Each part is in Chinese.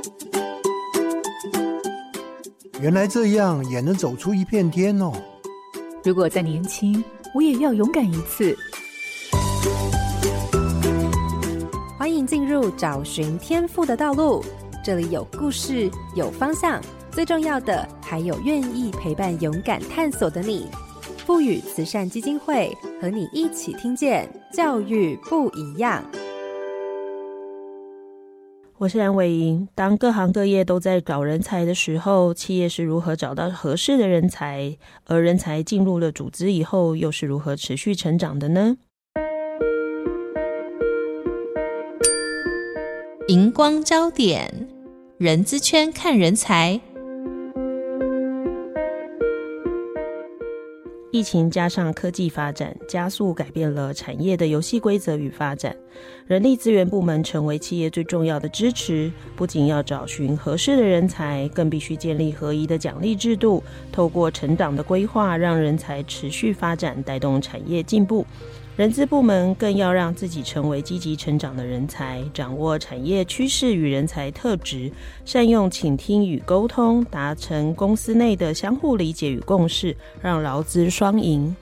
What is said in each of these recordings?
原来这样也能走出一片天哦。 如果再年轻，我也要勇敢一次。 欢迎进入找寻天赋的道路，这里有故事，有方向，最重要的还有愿意陪伴勇敢探索的你。富予慈善基金会和你一起听见教育不一样。 我是蓝伟莹。当各行各业都在找人才的时候，企业是如何找到合适的人才？而人才进入了组织以后，又是如何持续成长的呢？ 荧光焦点，人资圈看人才。 疫情加上科技发展，加速改变了产业的游戏规则与发展。人力资源部门成为企业最重要的支持，不仅要找寻合适的人才，更必须建立合宜的奖励制度，透过成长的规划，让人才持续发展，带动产业进步。人资部门更要让自己成为积极成长的人才，掌握产业趋势与人才特质，善用倾听与沟通，达成公司内的相互理解与共识，让劳资双赢。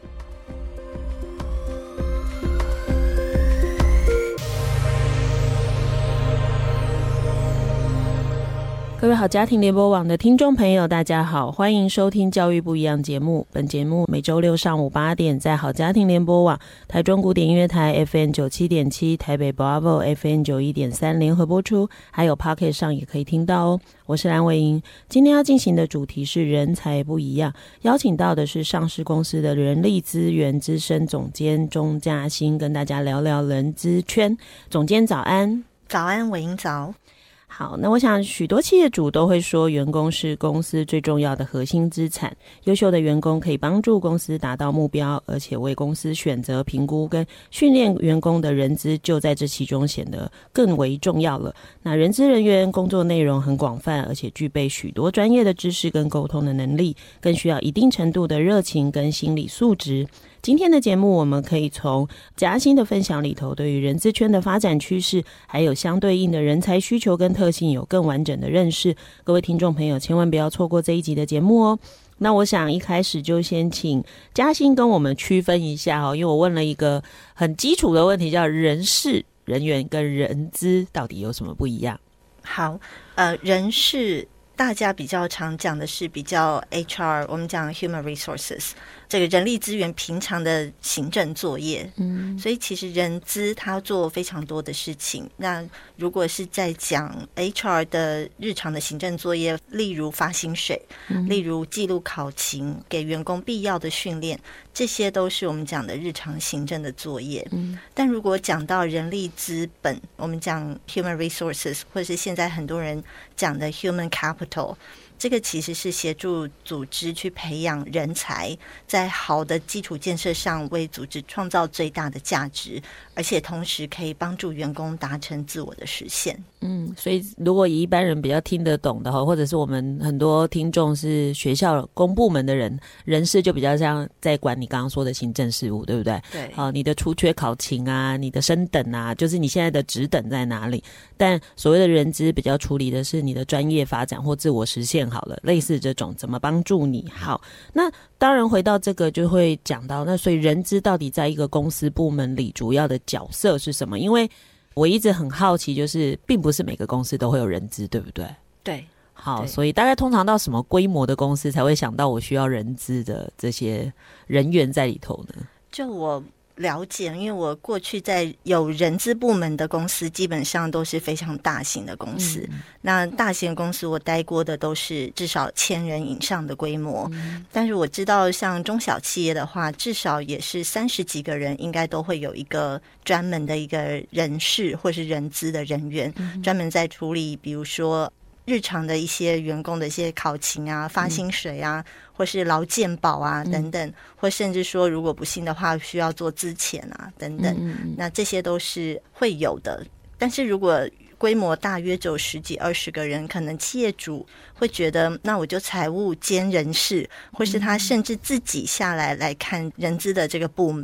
各位好家庭联播网的听众朋友大家好，欢迎收听教育不一样节目。本节目每周六上午8点在好家庭联播网、台中古典音乐台 FM97.7、台北 Bravo FM91.3 联合播出，还有 Pocket 上也可以听到哦。我是蓝伟莹，今天要进行的主题是人才不一样，邀请到的是上市公司的人力资源资深总监钟嘉欣，跟大家聊聊人资圈。总监早安。 早安，伟莹早。 好，那我想许多企业主都会说，员工是公司最重要的核心资产，优秀的员工可以帮助公司达到目标，而且为公司选择、评估跟训练员工的人资就在这其中显得更为重要了。那人资人员工作内容很广泛，而且具备许多专业的知识跟沟通的能力，更需要一定程度的热情跟心理素质。今天的节目，我们可以从嘉欣的分享里头，对于人资圈的发展趋势，还有相对应的人才需求跟特性有更完整的认识。各位听众朋友千万不要错过这一集的节目哦。那我想一开始就先请嘉欣跟我们区分一下哦，因为我问了一个很基础的问题，叫人事人员跟人资到底有什么不一样？ 好，人事大家比较常讲的是比较 HR， 我们讲 human resources， 这个人力资源平常的行政作业，所以其实人资他做非常多的事情。那如果是在讲 HR 的日常的行政作业，例如发薪水，例如记录考勤，给员工必要的训练，这些都是我们讲的日常行政的作业。但如果讲到人力资本，我们讲 human resources， 或者是现在很多人讲的 human capital，这个其实是协助组织去培养人才，在好的基础建设上为组织创造最大的价值，而且同时可以帮助员工达成自我的实现。 所以如果以一般人比较听得懂的，或者是我们很多听众是学校公部门的人，人事就比较像在管你刚刚说的行政事务，对不对？ 对。 你的出缺考勤啊，你的升等啊，就是你现在的职等在哪里。但所谓的人资比较处理的是你的专业发展或自我实现好了，类似这种怎么帮助你。好，那当然回到这个就会讲到，那所以人资到底在一个公司部门里主要的角色是什么？因为我一直很好奇，就是并不是每个公司都会有人资，对不对？ 对。 好，所以大概通常到什么规模的公司才会想到我需要人资的这些人员在里头呢？ 就我了解，因为我过去在有人资部门的公司基本上都是非常大型的公司，那大型的公司我待过的都是至少1000人以上的规模，但是我知道像中小企业的话，至少也是30几个人，应该都会有一个专门的一个人事或是人资的人员，专门在处理比如说日常的一些员工的一些考勤啊、发薪水啊，或是劳健保啊等等，或甚至说如果不幸的话需要做资遣啊等等，那这些都是会有的。但是如果规模大约只有10几20个人，可能企业主会觉得那我就财务兼人事，或是他甚至自己下来看人资的这个部门，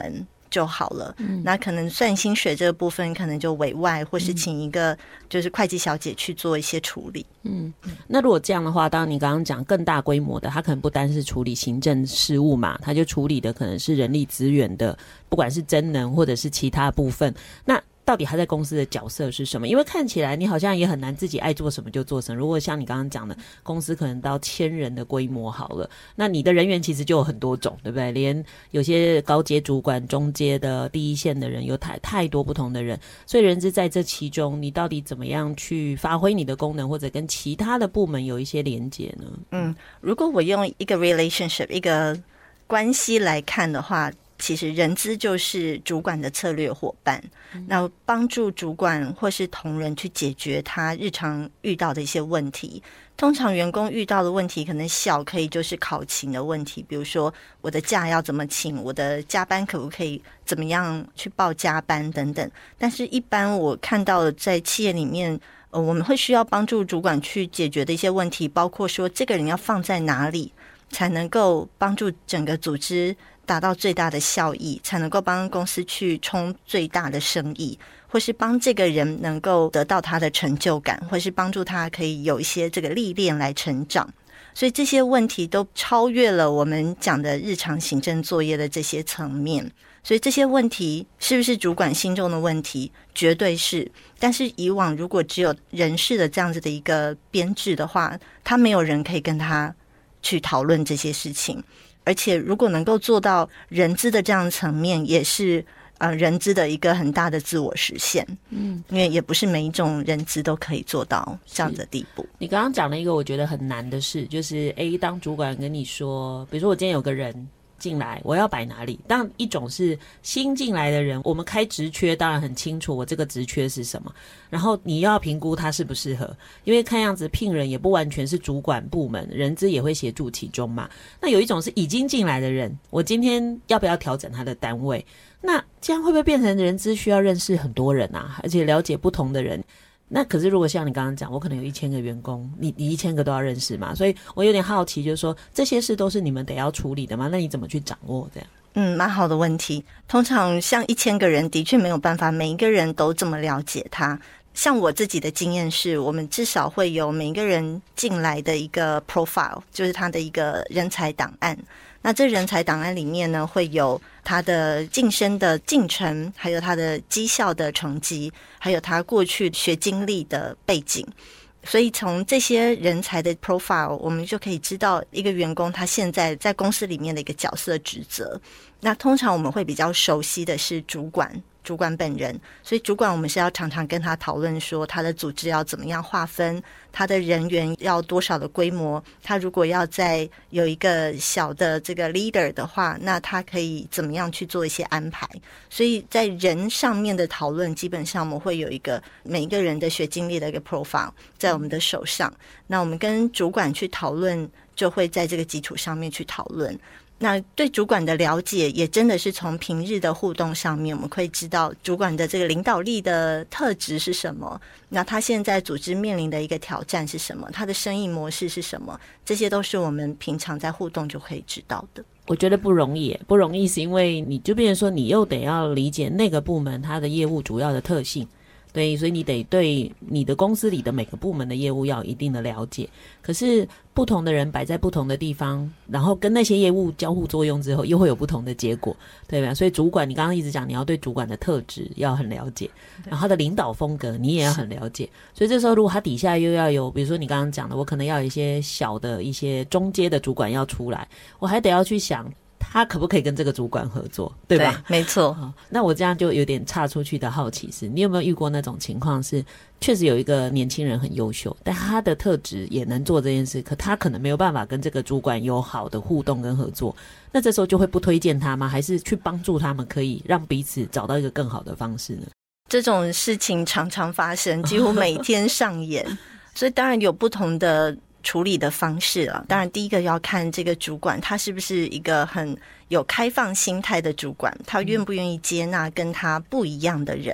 就好了。那可能算薪水这个部分可能就委外，或是请一个就是会计小姐去做一些处理。 那如果这样的话，当然你刚刚讲更大规模的，他可能不单是处理行政事务嘛，他就处理的可能是人力资源的，不管是真人或者是其他部分。那到底他在公司的角色是什么？因为看起来你好像也很难自己爱做什么就做什么。如果像你刚刚讲的，公司可能到1000人的规模好了，那你的人员其实就有很多种，对不对？连有些高阶主管、中阶的第一线的人，有太多不同的人，所以人资在这其中，你到底怎么样去发挥你的功能，或者跟其他的部门有一些连结呢？ 如果我用一个 relationship 一个关系来看的话，其实人资就是主管的策略伙伴，那帮助主管或是同仁去解决他日常遇到的一些问题。通常员工遇到的问题可能小，可以就是考勤的问题，比如说我的假要怎么请，我的加班可不可以怎么样去报加班等等。但是一般我看到的在企业里面，我们会需要帮助主管去解决的一些问题，包括说这个人要放在哪里才能够帮助整个组织达到最大的效益，才能够帮公司去冲最大的生意，或是帮这个人能够得到他的成就感，或是帮助他可以有一些这个历练来成长。所以这些问题都超越了我们讲的日常行政作业的这些层面。所以这些问题是不是主管心中的问题？绝对是。但是以往如果只有人事的这样子的一个编制的话，他没有人可以跟他去讨论这些事情。而且如果能够做到人资的这样的层面，也是人资的一个很大的自我实现。因为也不是每一种人资都可以做到这样的地步。 你刚刚讲了一个我觉得很难的事，就是当主管跟你说，比如说我今天有个人进来，我要摆哪里？当然一种是新进来的人，我们开职缺当然很清楚我这个职缺是什么，然后你要评估他适不适合，因为看样子聘人也不完全是主管部门，人资也会协助其中嘛。那有一种是已经进来的人，我今天要不要调整他的单位？那这样会不会变成人资需要认识很多人啊，而且了解不同的人？那可是如果像你刚刚讲，我可能有1000个员工，你1000个都要认识嘛，所以我有点好奇，就是说这些事都是你们得要处理的吗？那你怎么去掌握这样？ 蛮好的问题。通常像1000个人的确没有办法每一个人都这么了解他。像我自己的经验是，我们至少会有每一个人进来的一个 profile， 就是他的一个人才档案。那这人才档案里面呢，会有他的晋升的进程，还有他的绩效的成绩，还有他过去学经历的背景。所以从这些人才的 profile， 我们就可以知道一个员工他现在在公司里面的一个角色职责。那通常我们会比较熟悉的是主管本人，所以主管我们是要常常跟他讨论说他的组织要怎么样划分，他的人员要多少的规模，他如果要再有一个小的这个 leader 的话，那他可以怎么样去做一些安排。所以在人上面的讨论，基本上我们会有一个每一个人的学经历的一个 profile 在我们的手上，那我们跟主管去讨论，就会在这个基础上面去讨论。那对主管的了解也真的是从平日的互动上面，我们会知道主管的这个领导力的特质是什么，那他现在组织面临的一个挑战是什么，他的生意模式是什么，这些都是我们平常在互动就可以知道的。 我觉得不容易，不容易是因为你就变成说你又得要理解那个部门它的业务主要的特性，对，所以你得对你的公司里的每个部门的业务要有一定的了解。可是不同的人摆在不同的地方，然后跟那些业务交互作用之后，又会有不同的结果，对吧？所以主管，你刚刚一直讲，你要对主管的特质要很了解，然后他的领导风格你也要很了解。所以这时候如果他底下又要有，比如说你刚刚讲的，我可能要有一些小的一些中阶的主管要出来，我还得要去想他可不可以跟这个主管合作，对吧？ 对，没错。 那我这样就有点岔出去的好奇是，你有没有遇过那种情况是，确实有一个年轻人很优秀，但他的特质也能做这件事，可他可能没有办法跟这个主管有好的互动跟合作，那这时候就会不推荐他吗？还是去帮助他们可以让彼此找到一个更好的方式呢？ 这种事情常常发生，几乎每天上演所以当然有不同的处理的方式了。当然第一个要看这个主管他是不是一个很有开放心态的主管，他愿不愿意接纳跟他不一样的人。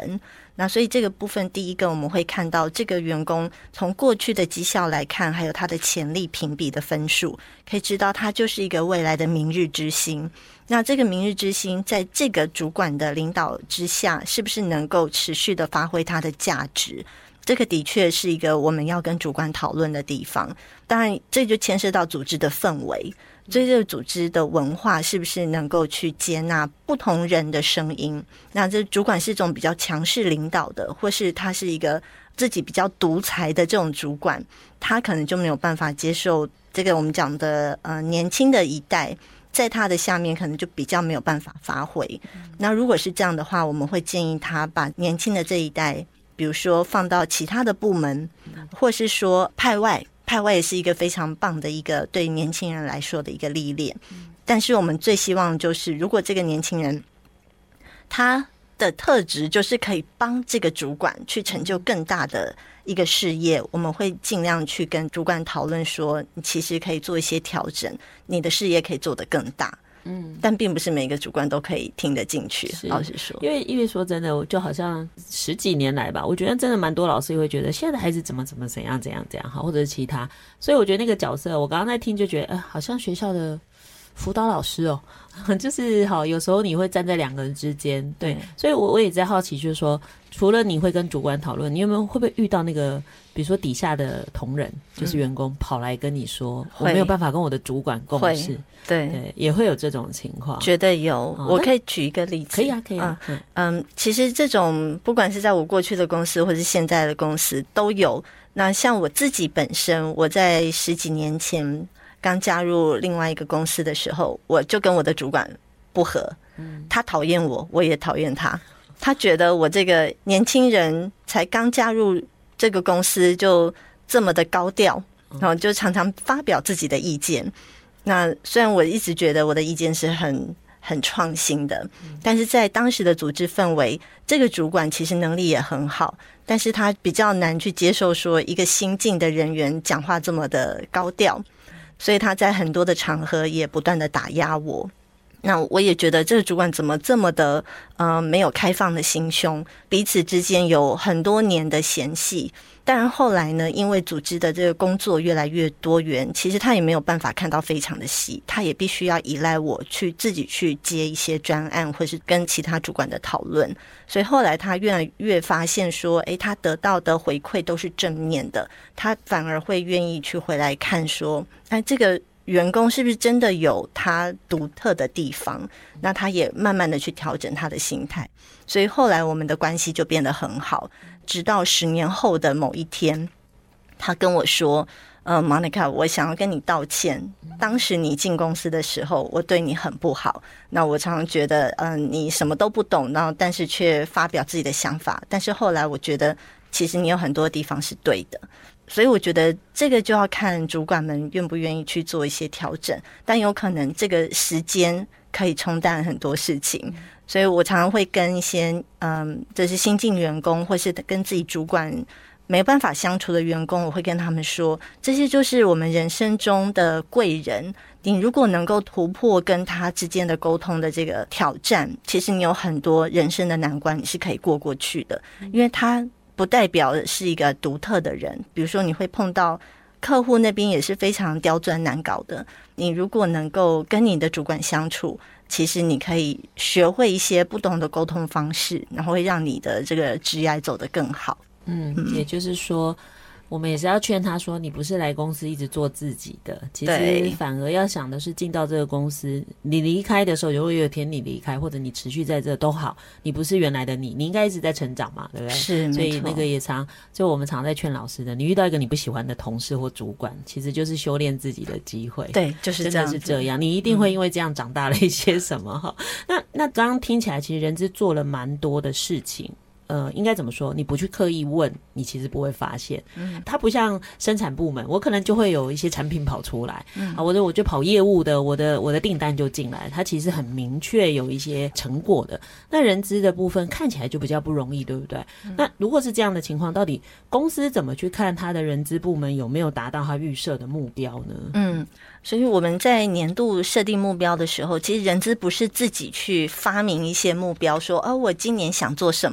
那所以这个部分，第一个我们会看到这个员工从过去的绩效来看，还有他的潜力评比的分数，可以知道他就是一个未来的明日之星。那这个明日之星在这个主管的领导之下，是不是能够持续的发挥它的价值？这个的确是一个我们要跟主管讨论的地方。当然这就牵涉到组织的氛围，所以这个组织的文化是不是能够去接纳不同人的声音。那这主管是一种比较强势领导的，或是他是一个自己比较独裁的这种主管，他可能就没有办法接受这个我们讲的年轻的一代在他的下面可能就比较没有办法发挥。那如果是这样的话，我们会建议他把年轻的这一代比如说放到其他的部门，或是说派外也是一个非常棒的一个对年轻人来说的一个历练。但是我们最希望就是如果这个年轻人他的特质就是可以帮这个主管去成就更大的一个事业，我们会尽量去跟主管讨论说你其实可以做一些调整，你的事业可以做得更大。但并不是每个主管都可以听得进去，老实说。 因为说真的，就好像10几年来吧，我觉得真的蛮多老师也会觉得现在的孩子怎样好，或者是其他，所以我觉得那个角色，我刚刚在听就觉得好像学校的辅导老师哦，就是好，有时候你会站在两个人之间，对，所以我也在好奇，就是说，除了你会跟主管讨论，你会不会遇到那个，比如说底下的同仁，就是员工跑来跟你说，我没有办法跟我的主管共事，对，也会有这种情况， 绝对有。我可以举一个例子， 可以啊， 其实这种不管是在我过去的公司或是现在的公司都有。那像我自己本身，我在10几年前刚加入另外一个公司的时候，我就跟我的主管不合，他讨厌我，我也讨厌他。他觉得我这个年轻人才刚加入这个公司就这么的高调，然后就常常发表自己的意见。那虽然我一直觉得我的意见是很创新的，但是在当时的组织氛围，这个主管其实能力也很好，但是他比较难去接受说一个新进的人员讲话这么的高调，所以他在很多的场合也不断的打压我。那我也觉得这个主管怎么这么的没有开放的心胸，彼此之间有很多年的嫌隙。当然后来呢，因为组织的这个工作越来越多元，其实他也没有办法看到非常的细，他也必须要依赖我去自己去接一些专案，或是跟其他主管的讨论。所以后来他越来越发现说，他得到的回馈都是正面的，他反而会愿意去回来看说，这个员工是不是真的有他独特的地方，那他也慢慢的去调整他的心态。所以后来我们的关系就变得很好，直到10年后的某一天，他跟我说Monica， 我想要跟你道歉，当时你进公司的时候我对你很不好，那我常常觉得你什么都不懂，然后但是却发表自己的想法，但是后来我觉得其实你有很多地方是对的。所以我觉得这个就要看主管们愿不愿意去做一些调整，但有可能这个时间可以冲淡很多事情。所以我常常会跟一些就是新进员工，或是跟自己主管没有办法相处的员工，我会跟他们说，这些就是我们人生中的贵人，你如果能够突破跟他之间的沟通的这个挑战，其实你有很多人生的难关你是可以过去的，因为他不代表是一个独特的人。比如说你会碰到客户那边也是非常刁钻难搞的，你如果能够跟你的主管相处，其实你可以学会一些不同的沟通方式，然后会让你的这个职业走得更好。 也就是说我们也是要劝他说，你不是来公司一直做自己的，其实反而要想的是进到这个公司，你离开的时候，如果有一天你离开，或者你持续在这都好，你不是原来的你应该一直在成长嘛，对不对？ 是， 所以那个也就我们常在劝老师的，你遇到一个你不喜欢的同事或主管，其实就是修炼自己的机会。 对，就是这样， 真的是这样，你一定会因为这样长大了一些什么哈。那刚刚听起来，其实人资做了蛮多的事情。应该怎么说？你不去刻意问，你其实不会发现。它不像生产部门，我可能就会有一些产品跑出来，我就跑业务的，我的订单就进来，它其实很明确有一些成果的。那人资的部分看起来就比较不容易，对不对？那如果是这样的情况，到底公司怎么去看他的人资部门有没有达到他预设的目标呢？ 所以我们在年度设定目标的时候，其实人资不是自己去发明一些目标说我今年想做什么我就做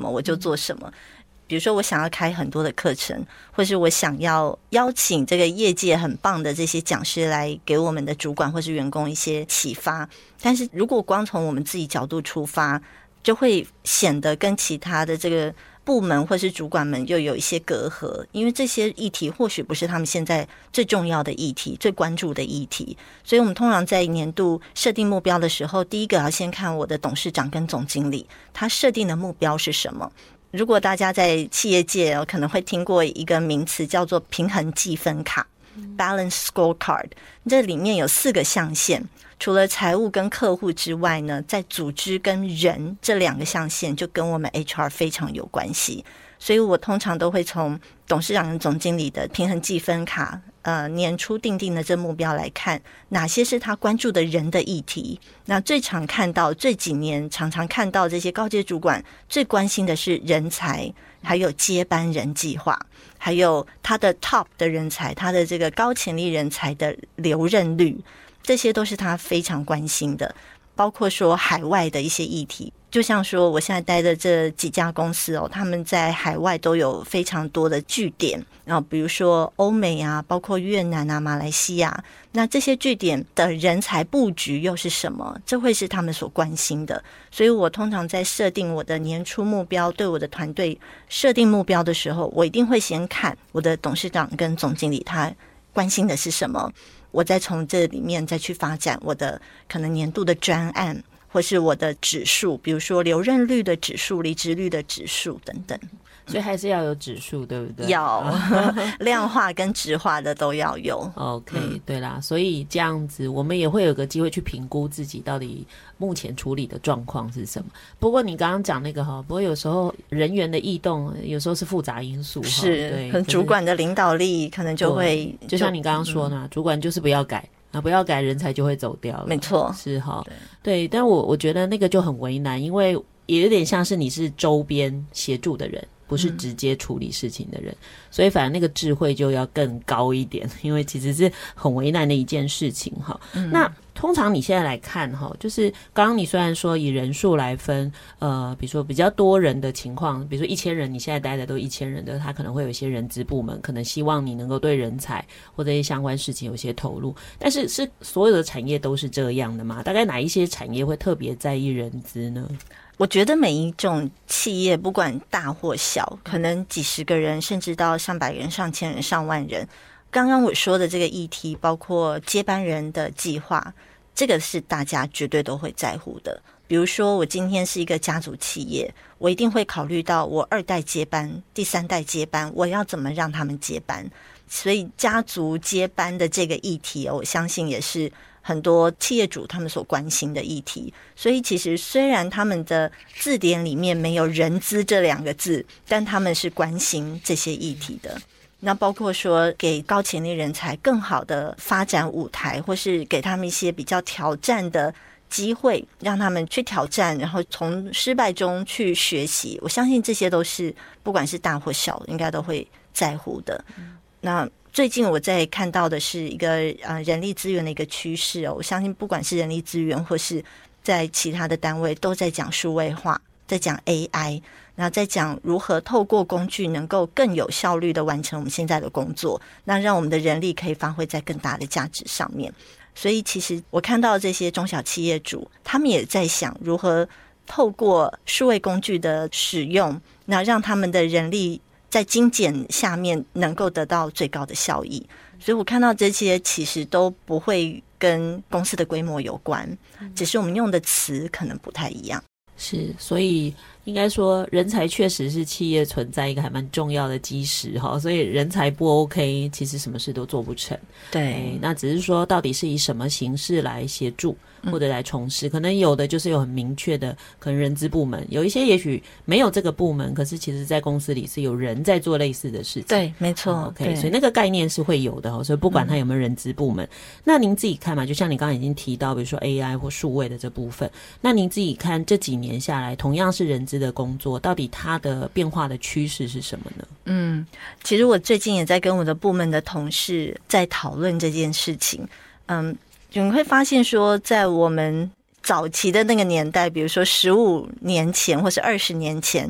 做什么。比如说我想要开很多的课程，或是我想要邀请这个业界很棒的这些讲师来给我们的主管或是员工一些启发，但是如果光从我们自己角度出发，就会显得跟其他的这个部门或是主管们又有一些隔阂，因为这些议题或许不是他们现在最重要的议题，最关注的议题。所以我们通常在年度设定目标的时候，第一个要先看我的董事长跟总经理他设定的目标是什么。如果大家在企业界可能会听过一个名词叫做平衡计分卡 Balance Scorecard， 这里面有4个象限，除了财务跟客户之外呢，在组织跟人这2个象限就跟我们 HR 非常有关系。所以我通常都会从董事长跟总经理的平衡计分卡年初定的这目标来看，哪些是他关注的人的议题。那最常看到这几年常常看到这些高阶主管最关心的是人才，还有接班人计划，还有他的 top 的人才，他的这个高潜力人才的留任率，这些都是他非常关心的。包括说海外的一些议题，就像说我现在待的这几家公司他们在海外都有非常多的据点，然后比如说欧美啊，包括越南啊、马来西亚，那这些据点的人才布局又是什么？这会是他们所关心的。所以我通常在设定我的年初目标，对我的团队设定目标的时候，我一定会先看我的董事长跟总经理他关心的是什么，我再从这里面再去发展我的可能年度的专案，或是我的指数，比如说留任率的指数、离职率的指数等等。 所以还是要有指数，对不对？ 要量化跟质化的都要有。 OK，对啦，所以这样子我们也会有个机会去评估自己到底目前处理的状况是什么。不过你刚刚讲那个不过有时候人员的异动有时候是复杂因素， 是对， 可能主管的领导力可能就会就像你刚刚说的主管就是不要改，不要改，人才就会走掉了。 没错， 是对，但我觉得那个就很为难，因为也有点像是你是周边协助的人，不是直接处理事情的人，所以反而那个智慧就要更高一点，因为其实是很为难的一件事情那通常你现在来看就是刚刚你虽然说以人数来分比如说比较多人的情况，比如说1000人，你现在待的都1000人的，他可能会有一些人资部门可能希望你能够对人才或者一些相关事情有些投入，但是是所有的产业都是这样的吗？大概哪一些产业会特别在意人资呢？ 我觉得每一种企业不管大或小，可能几十个人甚至到上百人、上千人、上万人，刚刚我说的这个议题包括接班人的计划，这个是大家绝对都会在乎的。比如说我今天是一个家族企业，我一定会考虑到我2代接班、第3代接班，我要怎么让他们接班。所以家族接班的这个议题我相信也是很多企业主他们所关心的议题。所以其实虽然他们的字典里面没有人资这2个字，但他们是关心这些议题的。那包括说给高潜力人才更好的发展舞台，或是给他们一些比较挑战的机会，让他们去挑战，然后从失败中去学习，我相信这些都是不管是大或小应该都会在乎的。那最近我在看到的是一个人力资源的一个趋势我相信不管是人力资源或是在其他的单位都在讲数位化，在讲 AI， 然后在讲如何透过工具能够更有效率的完成我们现在的工作，那让我们的人力可以发挥在更大的价值上面。所以其实我看到这些中小企业主他们也在想如何透过数位工具的使用，那让他们的人力在精简下面能够得到最高的效益。所以我看到这些其实都不会跟公司的规模有关，只是我们用的词可能不太一样。 是，所以应该说人才确实是企业存在一个还蛮重要的基石所以人才不 OK 其实什么事都做不成。 对， 那只是说到底是以什么形式来协助或者来从事，可能有的就是有很明确的可能人资部门，有一些也许没有这个部门，可是其实在公司里是有人在做类似的事情。 对，没错。 OK， 所以那个概念是会有的所以不管他有没有人资部门那您自己看嘛，就像你刚刚已经提到比如说 AI 或数位的这部分，那您自己看这几年下来同样是人资的工作，到底它的变化的趋势是什么呢？ 其实我最近也在跟我的部门的同事在讨论这件事情。你会发现说在我们早期的那个年代，比如说15年前或是20年前，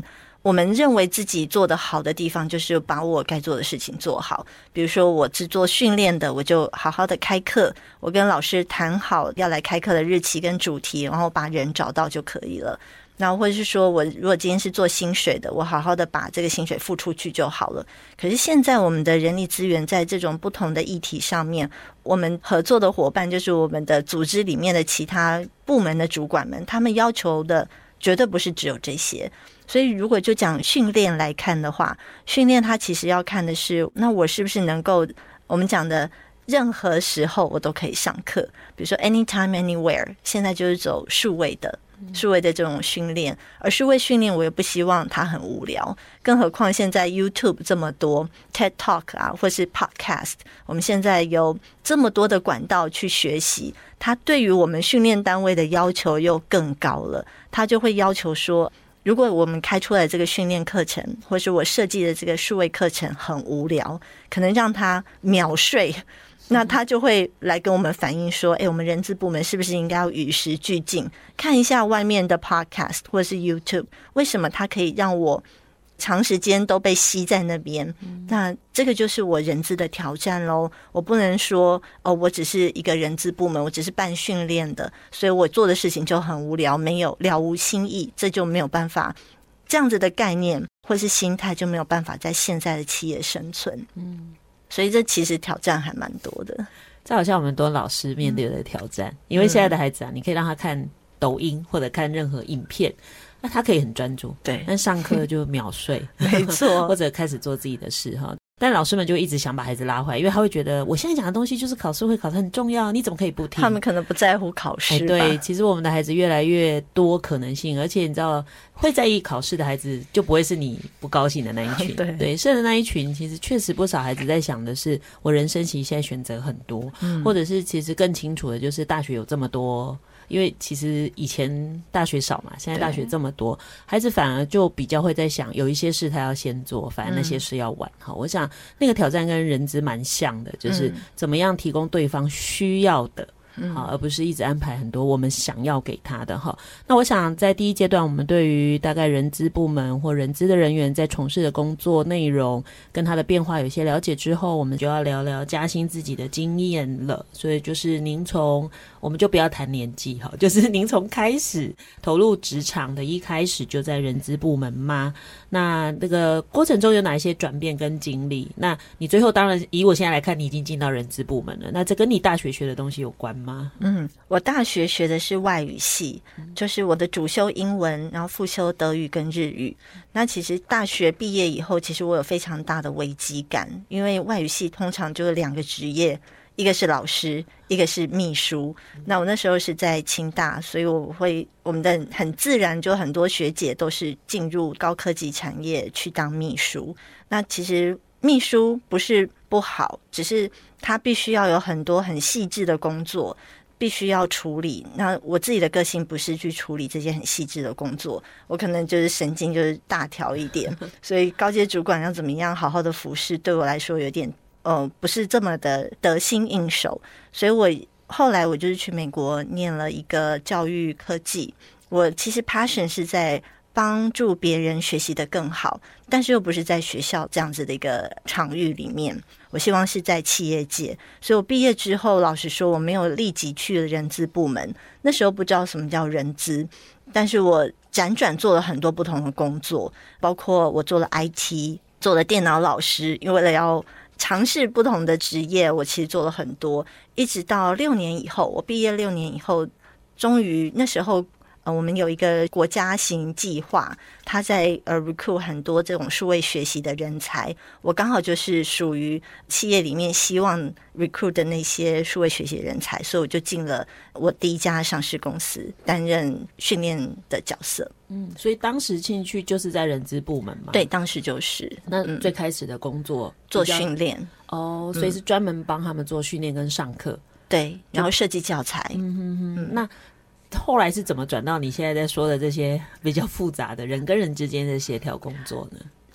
我们认为自己做得好的地方，就是把我该做的事情做好。比如说我是做训练的，我就好好的开课，我跟老师谈好要来开课的日期跟主题，然后把人找到就可以了。然后或者是说我如果今天是做薪水的，我好好的把这个薪水付出去就好了。可是现在我们的人力资源在这种不同的议题上面，我们合作的伙伴就是我们的组织里面的其他部门的主管们，他们要求的绝对不是只有这些。所以如果就讲训练来看的话，训练它其实要看的是，那我是不是能够我们讲的任何时候我都可以上课，比如说 anytime anywhere， 现在就是走数位的这种训练，而数位训练我也不希望它很无聊，更何况现在 YouTube 这么多 TED Talk 啊，或是 Podcast， 我们现在有这么多的管道去学习，它对于我们训练单位的要求又更高了，它就会要求说，如果我们开出来这个训练课程，或是我设计的这个数位课程很无聊，可能让他秒睡，那他就会来跟我们反映说，我们人资部门是不是应该要与时俱进，看一下外面的 podcast 或是 YouTube， 为什么它可以让我长时间都被吸在那边，那这个就是我人资的挑战咯。我不能说我只是一个人资部门，我只是办训练的，所以我做的事情就很无聊，没有了无新意，这就没有办法，这样子的概念或是心态就没有办法在现在的企业生存。所以这其实挑战还蛮多的， 这好像我们很多老师面对的挑战，因为现在的孩子啊，你可以让他看抖音或者看任何影片，那他可以很专注，对，但上课就秒睡没错， 或者开始做自己的事哈。但老师们就一直想把孩子拉回来，因为他会觉得我现在讲的东西就是考试会考得很重要，你怎么可以不听？ 他们可能不在乎考试吧。 对，其实我们的孩子越来越多可能性，而且你知道会在意考试的孩子就不会是你不高兴的那一群对，剩的那一群其实确实不少孩子在想的是，我人生其实现在选择很多，或者是其实更清楚的就是大学有这么多，因为其实以前大学少嘛，现在大学这么多，孩子反而就比较会在想，有一些事他要先做，反而那些事要晚。我想那个挑战跟人资蛮像的，就是怎么样提供对方需要的，而不是一直安排很多我们想要给他的哈。那我想在第一阶段，我们对于大概人资部门或人资的人员在从事的工作内容跟他的变化有一些了解之后，我们就要聊聊嘉欣自己的经验了。所以就是您从，我们就不要谈年纪哈，就是您从开始投入职场的一开始就在人资部门吗？那这个过程中有哪一些转变跟经历？那你最后当然以我现在来看，你已经进到人资部门了，那这跟你大学学的东西有关吗？ 我大学学的是外语系，就是我的主修英文，然后副修德语跟日语。那其实大学毕业以后，其实我有非常大的危机感，因为外语系通常就是2个职业，一个是老师，一个是秘书。那我那时候是在清大，所以我们的很自然就很多学姐都是进入高科技产业去当秘书。那其实秘书不是不好，只是他必须要有很多很细致的工作必须要处理。那我自己的个性不是去处理这些很细致的工作，我可能就是神经就是大条一点，所以高阶主管要怎么样好好的服侍，对我来说有点不是这么的得心应手。所以后来我就是去美国念了一个教育科技，我其实 passion 是在帮助别人学习得更好，但是又不是在学校这样子的一个场域里面，我希望是在企业界。所以我毕业之后，老实说我没有立即去了人资部门，那时候不知道什么叫人资，但是我辗转做了很多不同的工作，包括我做了 IT， 做了电脑老师，因为为了要尝试不同的职业，我其实做了很多，一直到6年以后，我毕业6年以后，终于那时候我们有一个国家型计划，他在recruit 很多这种数位学习的人才，我刚好就是属于企业里面希望 recruit 的那些数位学习人才，所以我就进了我第一家上市公司担任训练的角色。 所以当时进去就是在人资部门嘛？对， 当时就是。 那最开始的工作做训练所以是专门帮他们做训练跟上课。 对，然后设计教材。 那后来是怎么转到你现在在说的这些比较复杂的人跟人之间的协调工作呢？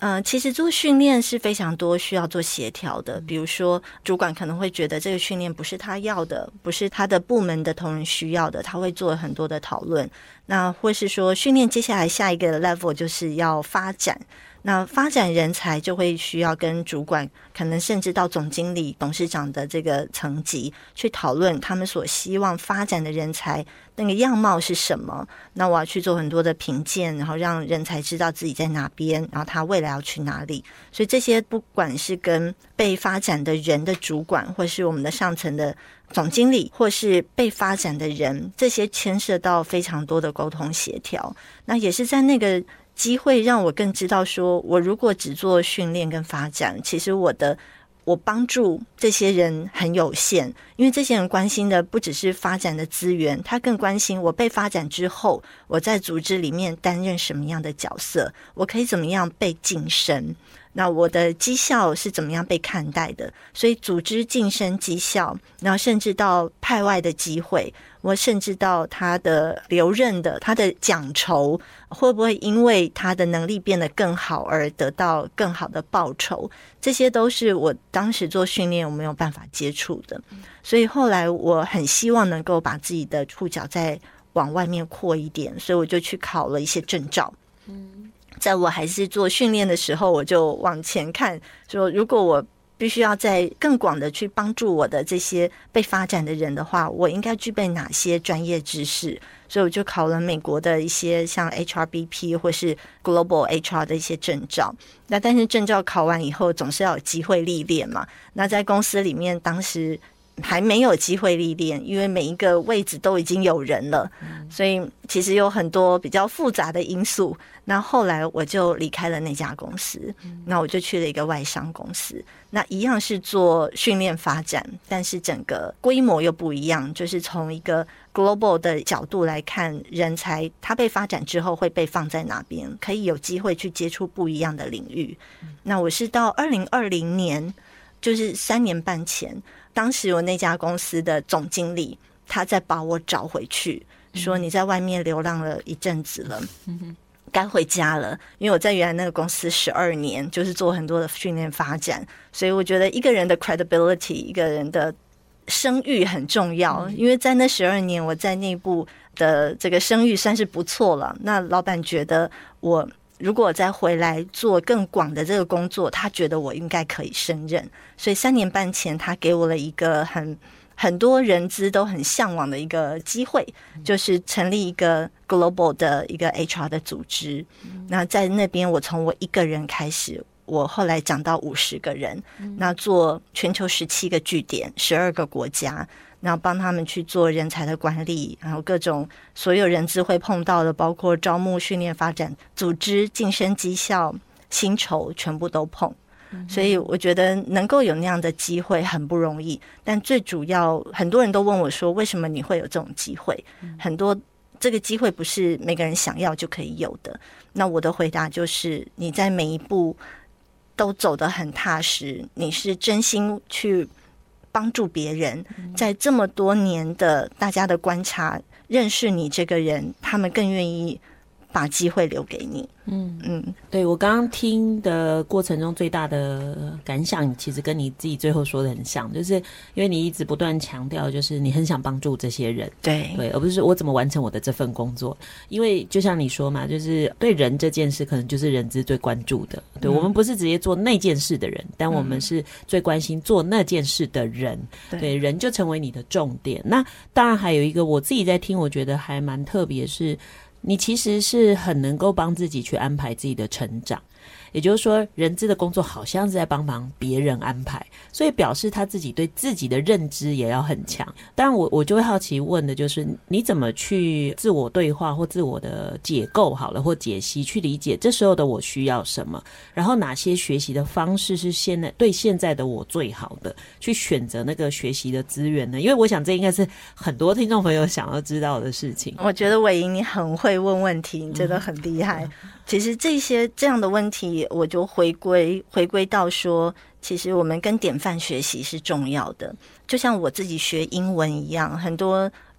其实做训练是非常多需要做协调的，比如说主管可能会觉得这个训练不是他要的，不是他的部门的同仁需要的，他会做很多的讨论。那或是说训练接下来下一个 level 就是要发展，那发展人才就会需要跟主管，可能甚至到总经理、董事长的这个层级去讨论他们所希望发展的人才那个样貌是什么。那我要去做很多的评鉴，然后让人才知道自己在哪边，然后他未来要去哪里。所以这些不管是跟被发展的人的主管，或是我们的上层的总经理，或是被发展的人，这些牵涉到非常多的沟通协调。那也是在那个机会让我更知道说，我如果只做训练跟发展，其实我帮助这些人很有限，因为这些人关心的不只是发展的资源，他更关心我被发展之后，我在组织里面担任什么样的角色，我可以怎么样被晋升，那我的绩效是怎么样被看待的。所以组织晋升绩效，然后甚至到派外的机会，我甚至到他的留任的他的奖酬会不会因为他的能力变得更好而得到更好的报酬，这些都是我当时做训练我没有办法接触的。所以后来我很希望能够把自己的触角再往外面扩一点，所以我就去考了一些证照。在我还是做训练的时候，我就往前看，说如果我必须要在更广的去帮助我的这些被发展的人的话，我应该具备哪些专业知识。所以我就考了美国的一些像 HRBP 或是 Global HR 的一些证照。那但是证照考完以后总是要有机会历练嘛，那在公司里面当时还没有机会历练，因为每一个位置都已经有人了，所以其实有很多比较复杂的因素。那后来我就离开了那家公司，那我就去了一个外商公司，那一样是做训练发展，但是整个规模又不一样，就是从一个 global 的角度来看，人才他被发展之后会被放在哪边，可以有机会去接触不一样的领域。那我是到2020年，就是3年半前，当时我那家公司的总经理他在把我找回去，说你在外面流浪了一阵子了，该回家了。因为我在原来那个公司12年，就是做很多的训练发展，所以我觉得一个人的 credibility， 一个人的声誉很重要。因为在那12年我在内部的这个声誉算是不错了，那老板觉得我如果再回来做更广的这个工作，他觉得我应该可以胜任。所以3年半前他给我了一个很多人资都很向往的一个机会，就是成立一个 global 的一个 HR 的组织。那在那边我从我一个人开始，我后来涨到50个人，那做全球17个据点12个国家，然后帮他们去做人才的管理，然后各种所有人资会碰到的，包括招募、训练、发展、组织、晋升、绩效、薪酬，全部都碰。所以我觉得能够有那样的机会很不容易，但最主要很多人都问我说为什么你会有这种机会，很多这个机会不是每个人想要就可以有的。那我的回答就是你在每一步都走得很踏实，你是真心去帮助别人，在这么多年的大家的观察认识你这个人，他们更愿意把机会留给你。 对，我刚刚听的过程中最大的感想其实跟你自己最后说的很像，就是因为你一直不断强调就是你很想帮助这些人，对，而不是我怎么完成我的这份工作。因为就像你说嘛，就是对人这件事可能就是人资最关注的，对，我们不是直接做那件事的人，但我们是最关心做那件事的人，对，人就成为你的重点。那当然还有一个我自己在听我觉得还蛮特别，是你其实是很能够帮自己去安排自己的成长，也就是说人资的工作好像是在帮忙别人安排，所以表示他自己对自己的认知也要很强。当然我就会好奇问的就是你怎么去自我对话或自我的解构好了，或解析，去理解这时候的我需要什么，然后哪些学习的方式是对现在的我最好的，去选择那个学习的资源呢？因为我想这应该是很多听众朋友想要知道的事情。 我觉得伟莹你很会问问题，你真的很厉害。其实这样的问题我就回归到说，其实我们跟典范学习是重要的。就像我自己学英文一样，很多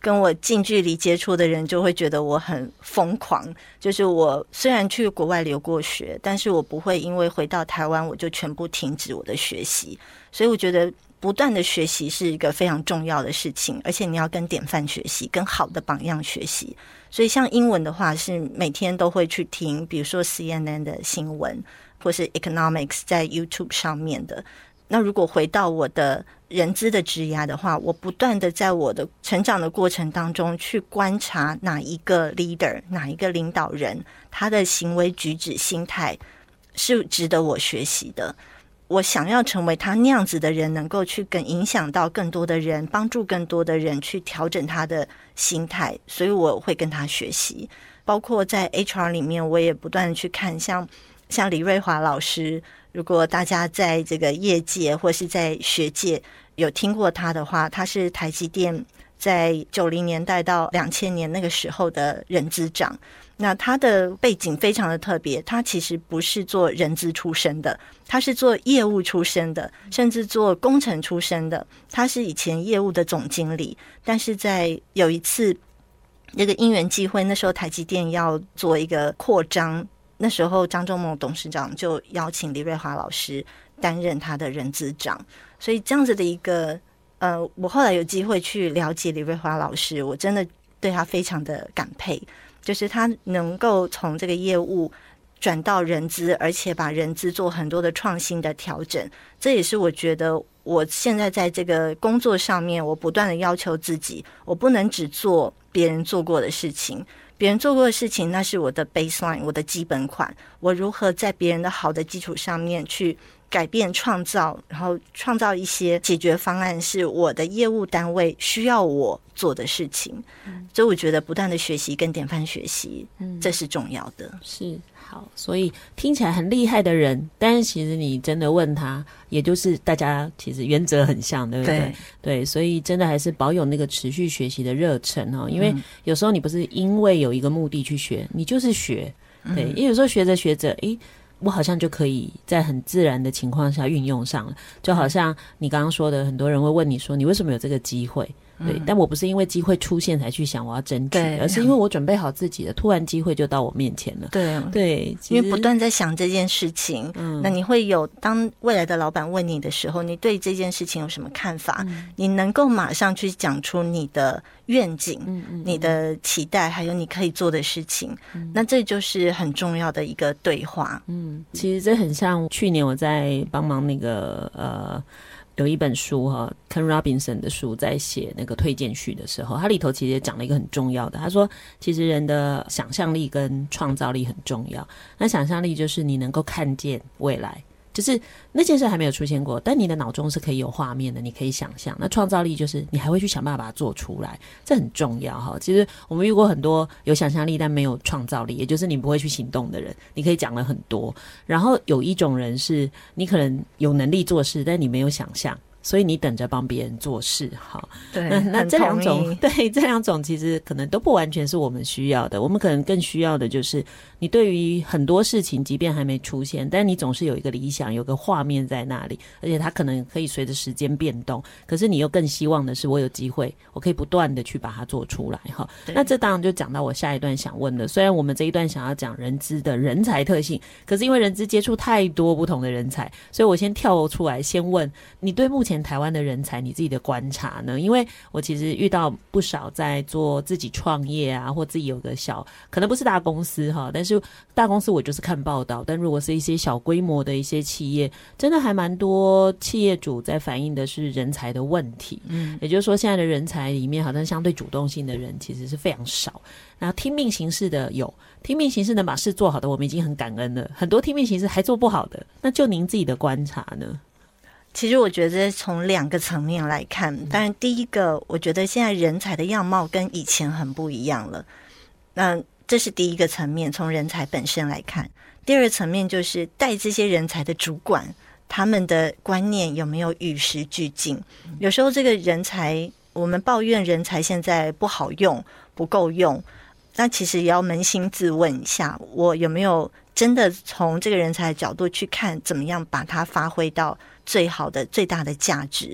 跟我近距离接触的人就会觉得我很疯狂，就是我虽然去国外留过学，但是我不会因为回到台湾我就全部停止我的学习。所以我觉得不断的学习是一个非常重要的事情，而且你要跟典范学习，跟好的榜样学习。所以像英文的话是每天都会去听，比如说 CNN 的新闻或是 Economics 在 YouTube 上面的。那如果回到我的人资的职涯的话，我不断的在我的成长的过程当中去观察哪一个 leader 哪一个领导人他的行为举止心态是值得我学习的，我想要成为他那样子的人，能够去更影响到更多的人，帮助更多的人去调整他的心态，所以我会跟他学习。包括在 HR 里面我也不断的去看像李瑞华老师，如果大家在这个业界或是在学界有听过他的话，他是台积电在90年代到2000年那个时候的人资长。那他的背景非常的特别，他其实不是做人资出身的，他是做业务出身的，甚至做工程出身的。他是以前业务的总经理，但是在有一次那个因缘际会，那时候台积电要做一个扩张，那时候张忠谋董事长就邀请李瑞华老师担任他的人资长。所以这样子的一个我后来有机会去了解李瑞华老师，我真的对他非常的感佩，就是他能够从这个业务转到人资，而且把人资做很多的创新的调整。这也是我觉得我现在在这个工作上面，我不断的要求自己，我不能只做别人做过的事情，别人做过的事情那是我的 baseline 我的基本款，我如何在别人的好的基础上面去改变创造，然后创造一些解决方案是我的业务单位需要我做的事情。所以我觉得不断的学习跟典范学习这是重要的。 是好，所以听起来很厉害的人，但是其实你真的问他，也就是大家其实原则很像，对不对？对，所以真的还是保有那个持续学习的热忱哦。因为有时候你不是因为有一个目的去学，你就是学。对，因为有时候学着学着，我好像就可以在很自然的情况下运用上了。就好像你刚刚说的，很多人会问你说你为什么有这个机会，对，但我不是因为机会出现才去想我要争取，而是因为我准备好自己了，突然机会就到我面前了。对， 因为不断在想这件事情，那你会有当未来的老板问你的时候，你对这件事情有什么看法，你能够马上去讲出你的愿景，你的期待，还有你可以做的事情，那这就是很重要的一个对话。 其实这很像去年我在帮忙那个有一本书Ken Robinson 的书，在写那个推荐序的时候，他里头其实也讲了一个很重要的，他说其实人的想象力跟创造力很重要。那想象力就是你能够看见未来，就是那件事还没有出现过，但你的脑中是可以有画面的，你可以想象。那创造力就是你还会去想办法把它做出来，这很重要哈。其实我们遇过很多有想象力但没有创造力，也就是你不会去行动的人，你可以讲了很多。然后有一种人是你可能有能力做事，但你没有想象，所以你等着帮别人做事。好， 对， 那这两种，对，这两种其实可能都不完全是我们需要的。我们可能更需要的就是你对于很多事情即便还没出现，但你总是有一个理想，有个画面在那里，而且它可能可以随着时间变动，可是你又更希望的是我有机会我可以不断的去把它做出来。那这当然就讲到我下一段想问的，虽然我们这一段想要讲人资的人才特性，可是因为人资接触太多不同的人才，所以我先跳出来先问你对目前台湾的人才你自己的观察呢？因为我其实遇到不少在做自己创业啊，或自己有个小，可能不是大公司但是大公司我就是看报道，但如果是一些小规模的一些企业，真的还蛮多企业主在反映的是人才的问题。也就是说现在的人才里面好像相对主动性的人其实是非常少，然后听命行事的有，听命行事能把事做好的我们已经很感恩了，很多听命行事还做不好的，那就您自己的观察呢？ 其实我觉得从2个层面来看，当然第一个我觉得现在人才的样貌跟以前很不一样了，那这是第一个层面，从人才本身来看。第二个层面就是带这些人才的主管，他们的观念有没有与时俱进。有时候这个人才，我们抱怨人才现在不好用，不够用，那其实也要扪心自问一下，我有没有真的从这个人才的角度去看，怎么样把它发挥到最好的最大的价值，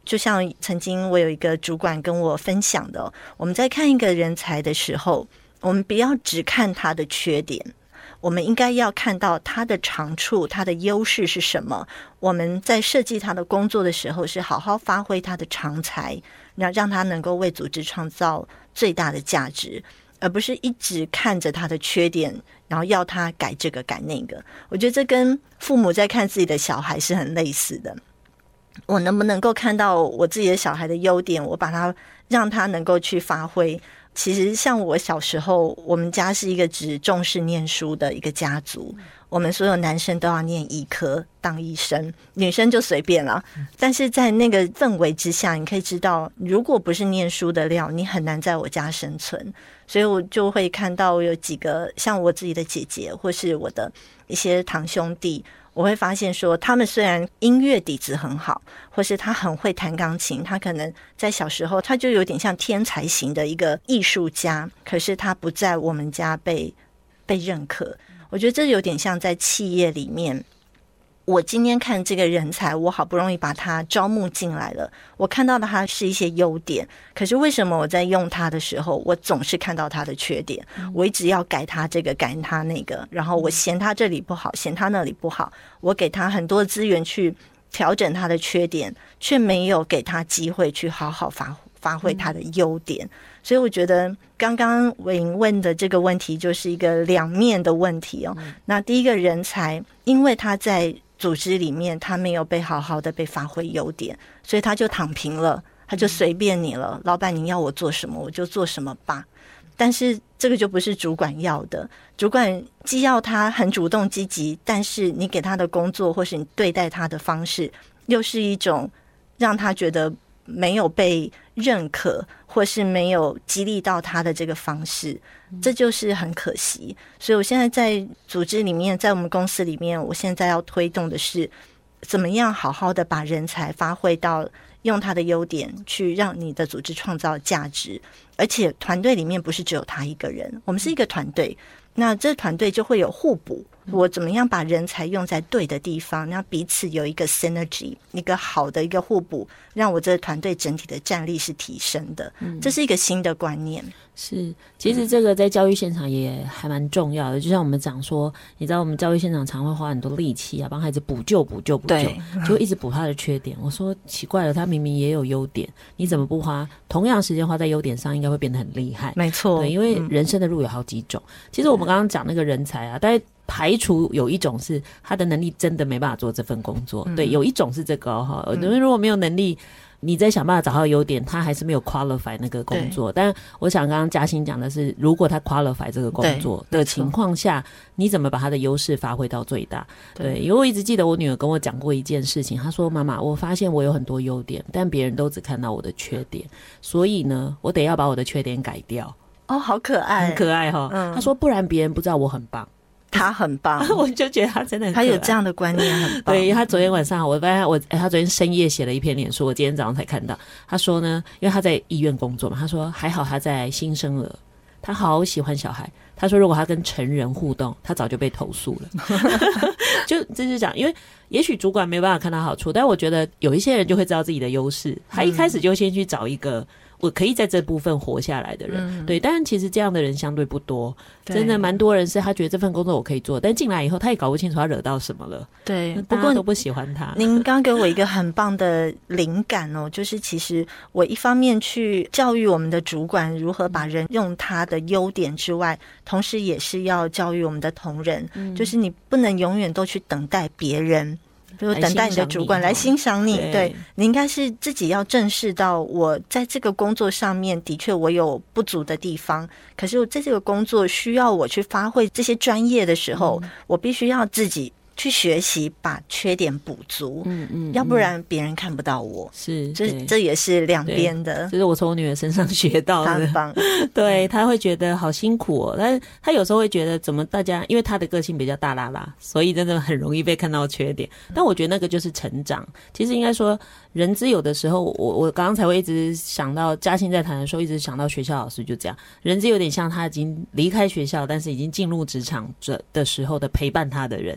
就像曾经我有一个主管跟我分享的，我们在看一个人才的时候，我们不要只看他的缺点，我们应该要看到他的长处，他的优势是什么。我们在设计他的工作的时候，是好好发挥他的长才，让他能够为组织创造最大的价值，而不是一直看着他的缺点，然后要他改这个改那个。我觉得这跟父母在看自己的小孩是很类似的。我能不能够看到我自己的小孩的优点，我把他让他能够去发挥。其实像我小时候，我们家是一个只重视念书的一个家族，我们所有男生都要念医科当医生，女生就随便了。但是在那个氛围之下，你可以知道，如果不是念书的料，你很难在我家生存。所以我就会看到有几个像我自己的姐姐或是我的一些堂兄弟，我会发现说，他们虽然音乐底子很好，或是他很会弹钢琴，他可能在小时候他就有点像天才型的一个艺术家，可是他不在我们家被认可。我觉得这有点像在企业里面，我今天看这个人才，我好不容易把他招募进来了，我看到的他是一些优点，可是为什么我在用他的时候，我总是看到他的缺点，我一直要改他这个改他那个，然后我嫌他这里不好，嫌他那里不好，我给他很多资源去调整他的缺点，却没有给他机会去好好发挥他的优点。所以我觉得刚刚伟莹问的这个问题就是一个两面的问题哦。那第一个人才，因为他在组织里面他没有被好好的被发挥优点，所以他就躺平了，他就随便你了，老板你要我做什么我就做什么吧。但是这个就不是主管要的，主管既要他很主动积极，但是你给他的工作或是你对待他的方式又是一种让他觉得没有被认可或是没有激励到他的这个方式，这就是很可惜。所以我现在在组织里面，在我们公司里面，我现在要推动的是怎么样好好的把人才发挥到，用他的优点去让你的组织创造价值。而且团队里面不是只有他一个人，我们是一个团队，那这团队就会有互补，我怎么样把人才用在对的地方，让彼此有一个 synergy， 一个好的一个互补，让我这个团队整体的战力是提升的。这是一个新的观念。 是，其实这个在教育现场也还蛮重要的，就像我们讲说，你知道我们教育现场常会花很多力气啊，帮孩子补救，就一直补他的缺点。我说奇怪了，他明明也有优点，你怎么不花同样时间花在优点上，应该会变得很厉害。 没错， 对，因为人生的路有好几种。其实我们刚刚讲那个人才啊，大概排除有一种是他的能力真的没办法做这份工作，对，有一种是这个因为如果没有能力，你再想办法找到优点，他还是没有 qualify 那个工作。但我想刚刚嘉欣讲的是，如果他 qualify 这个工作的情况下，你怎么把他的优势发挥到最大？对，因为我一直记得我女儿跟我讲过一件事情，她说妈妈，我发现我有很多优点，但别人都只看到我的缺点，所以呢我得要把我的缺点改掉。 哦，好可爱， 很可爱她说不然别人不知道我很棒。 他很棒我就觉得他真的很可爱， 他有这样的观念很棒。 对，他昨天晚上我发现他昨天深夜写了一篇脸书，我今天早上才看到。他说呢，因为他在医院工作嘛，他说还好他在新生儿，他好喜欢小孩。他说如果他跟成人互动，他早就被投诉了就这就是讲，因为也许主管没办法看到好处，但我觉得有一些人就会知道自己的优势，他一开始就先去找一个我可以在这部分活下来的人。对，但其实这样的人相对不多，真的蛮多人是他觉得这份工作我可以做，但进来以后他也搞不清楚他惹到什么了。 对， 不过都不喜欢他。 您刚给我一个很棒的灵感哦，就是其实我一方面去教育我们的主管如何把人用他的优点之外，同时也是要教育我们的同仁，就是你不能永远都去等待别人，比如等待你的主管来欣赏你，对，你应该是自己要正视到，我在这个工作上面的确我有不足的地方，可是我在这个工作需要我去发挥这些专业的时候，我必须要自己去学习把缺点补足，要不然别人看不到我。是，这也是两边的， 这是我从我女儿身上学到的。 很棒对，她会觉得好辛苦哦，但是她有时候会觉得怎么大家，因为她的个性比较大啦啦，所以真的很容易被看到缺点。但我觉得那个就是成长。其实应该说人资有的时候，我刚刚才会一直想到嘉欣在谈的时候，一直想到学校老师就这样，人资有点像他已经离开学校，但是已经进入职场的时候的陪伴他的人。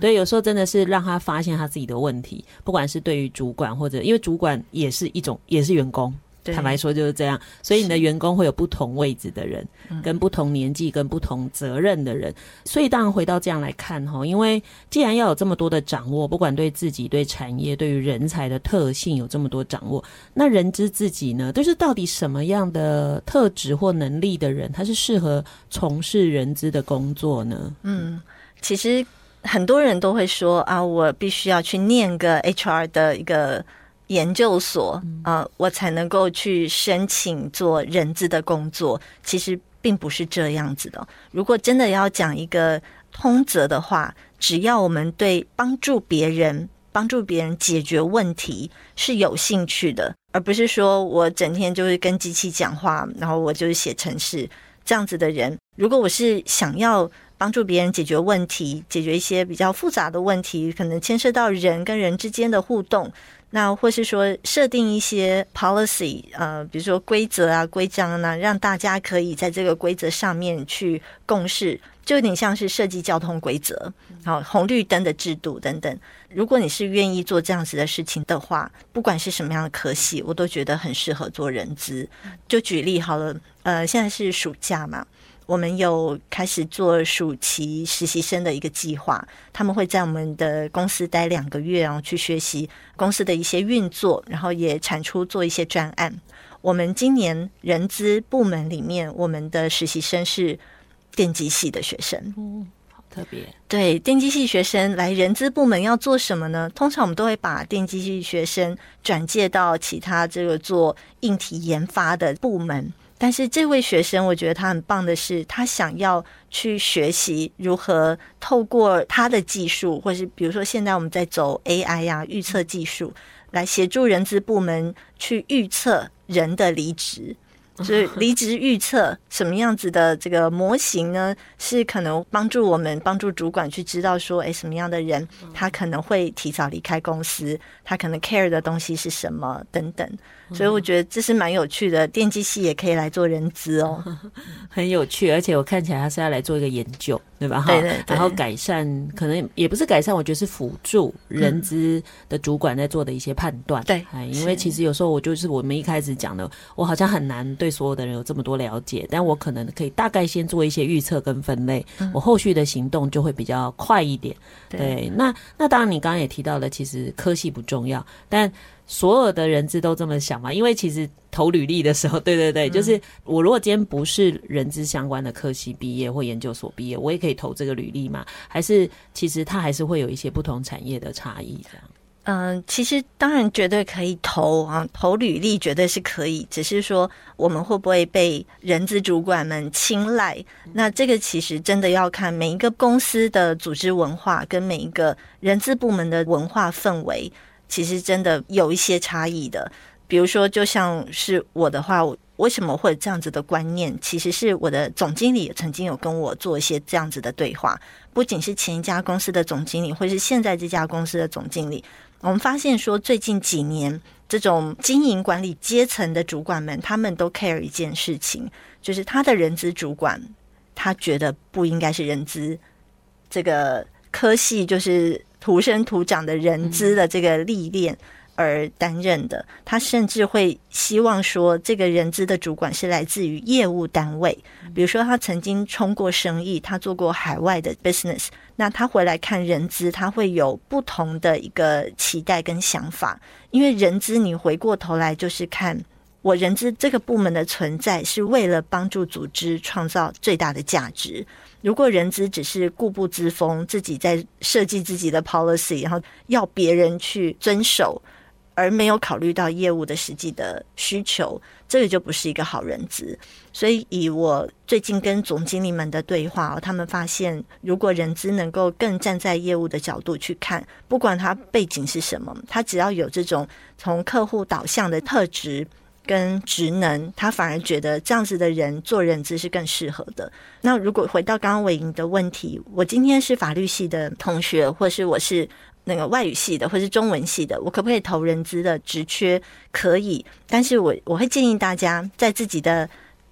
对，有时候真的是让他发现他自己的问题，不管是对于主管，或者因为主管也是员工，坦白说就是这样，所以你的员工会有不同位置的人，跟不同年纪跟不同责任的人，所以当然回到这样来看，因为既然要有这么多的掌握，不管对自己、对产业、对于人才的特性有这么多掌握，那人资自己呢，就是到底什么样的特质或能力的人他是适合从事人资的工作呢？ 其实很多人都会说啊，我必须要去念个 HR 的一个研究所我才能够去申请做人资的工作。其实并不是这样子的。如果真的要讲一个通则的话，只要我们对帮助别人解决问题是有兴趣的，而不是说我整天就是跟机器讲话，然后我就是写程式这样子的人。如果我是想要帮助别人解决问题，解决一些比较复杂的问题，可能牵涉到人跟人之间的互动，那或是说设定一些 policy 比如说规则啊、规章啊，让大家可以在这个规则上面去共识，就有点像是设计交通规则，红绿灯的制度等等。如果你是愿意做这样子的事情的话，不管是什么样的科系，我都觉得很适合做人资。就举例好了，现在是暑假嘛，我们有开始做暑期实习生的一个计划，他们会在我们的公司待2个月，然后去学习公司的一些运作，然后也产出做一些专案。我们今年人资部门里面，我们的实习生是电机系的学生。 好特别。 对，电机系学生来人资部门要做什么呢？通常我们都会把电机系学生转介到其他这个做硬体研发的部门，但是这位学生我觉得他很棒的是，他想要去学习如何透过他的技术，或是比如说现在我们在走 AI 啊预测技术，来协助人资部门去预测人的离职。所以离职预测什么样子的这个模型呢，是可能帮助主管去知道说什么样的人他可能会提早离开公司，他可能 care 的东西是什么等等。所以我觉得这是蛮有趣的，电机系也可以来做人资哦。 很有趣，而且我看起来他是要来做一个研究，对吧？ 对对对， 然后改善，可能也不是改善，我觉得是辅助人资的主管在做的一些判断。 对， 因为其实有时候我们一开始讲的，我好像很难对所有的人有这么多了解，但我可能可以大概先做一些预测跟分类，我后续的行动就会比较快一点。对，那当然你刚刚也提到了，其实科系不重要，但所有的人资都这么想嘛？因为其实投履历的时候，对，就是我如果今天不是人资相关的科系毕业或研究所毕业，我也可以投这个履历嘛？还是其实它还是会有一些不同产业的差异这样？ 其实当然绝对可以投履历绝对是可以，只是说我们会不会被人资主管们青睐，那这个其实真的要看每一个公司的组织文化跟每一个人资部门的文化氛围，其实真的有一些差异的。比如说就像是我的话，我为什么会有这样子的观念，其实是我的总经理曾经有跟我做一些这样子的对话，不仅是前一家公司的总经理，或是现在这家公司的总经理，我们发现说最近几年这种经营管理阶层的主管们，他们都 care 一件事情，就是他的人资主管他觉得不应该是人资这个科系，就是土生土长的人资的这个历练而担任的，他甚至会希望说这个人资的主管是来自于业务单位，比如说他曾经冲过生意，他做过海外的 business， 那他回来看人资，他会有不同的一个期待跟想法。因为人资你回过头来就是看我人资这个部门的存在是为了帮助组织创造最大的价值，如果人资只是固步自封，自己在设计自己的 policy， 然后要别人去遵守，而没有考虑到业务的实际的需求，这个就不是一个好人资。所以以我最近跟总经理们的对话，他们发现如果人资能够更站在业务的角度去看，不管他背景是什么，他只要有这种从客户导向的特质跟职能，他反而觉得这样子的人做人资是更适合的。那如果回到刚刚伟莹的问题，我今天是法律系的同学，或是我是那个外语系的或是中文系的，我可不可以投人资的职缺？可以，但是我会建议大家在自己的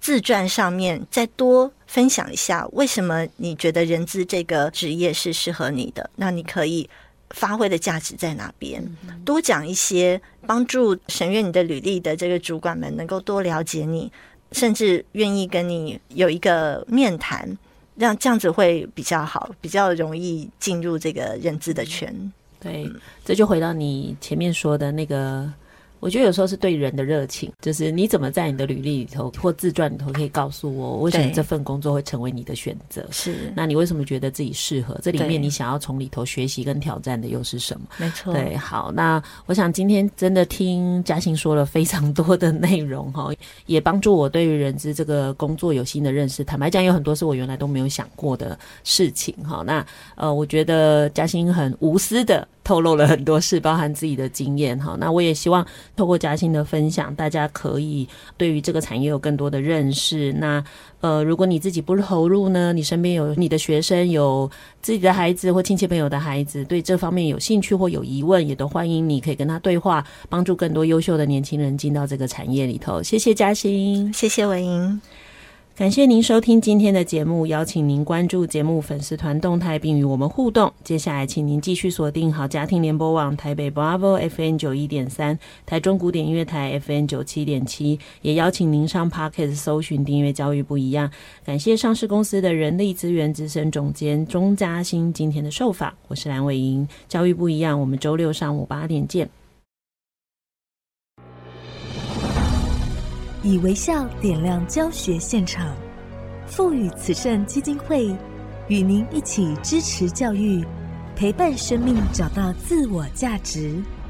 自传上面再多分享一下，为什么你觉得人资这个职业是适合你的，那你可以发挥的价值在哪边，多讲一些，帮助审阅你的履历的这个主管们能够多了解你，甚至愿意跟你有一个面谈，让这样子会比较好，比较容易进入这个人资的圈。 对，这就回到你前面说的那个，我觉得有时候是对人的热情，就是你怎么在你的履历里头或自传里头可以告诉我为什么这份工作会成为你的选择， 是， 那你为什么觉得自己适合，这里面你想要从里头学习跟挑战的又是什么？ 没错。 对，好，那我想今天真的听嘉欣说了非常多的内容，也帮助我对于人资这个工作有新的认识，坦白讲有很多是我原来都没有想过的事情。那我觉得嘉欣很无私的透露了很多事，包含自己的经验。那我也希望透过嘉欣的分享，大家可以对于这个产业有更多的认识。那如果你自己不投入呢，你身边有你的学生，有自己的孩子或亲戚朋友的孩子，对这方面有兴趣或有疑问，也都欢迎你可以跟他对话，帮助更多优秀的年轻人进到这个产业里头。谢谢嘉欣， 谢谢文莹。 感谢您收听今天的节目，邀请您关注节目粉丝团动态并与我们互动。接下来请您继续锁定好家庭联播网台北 Bravo FM 91.3，台中古典音乐台 FM 97.7，也邀请您上 Podcast 搜寻订阅教育不一样。感谢上市公司的人力资源资深总监钟嘉欣今天的受访，我是蓝伟莹，教育不一样，我们周六上午8点见。 以微笑点亮教学现场，富予慈善基金会与您一起支持教育，陪伴生命找到自我价值。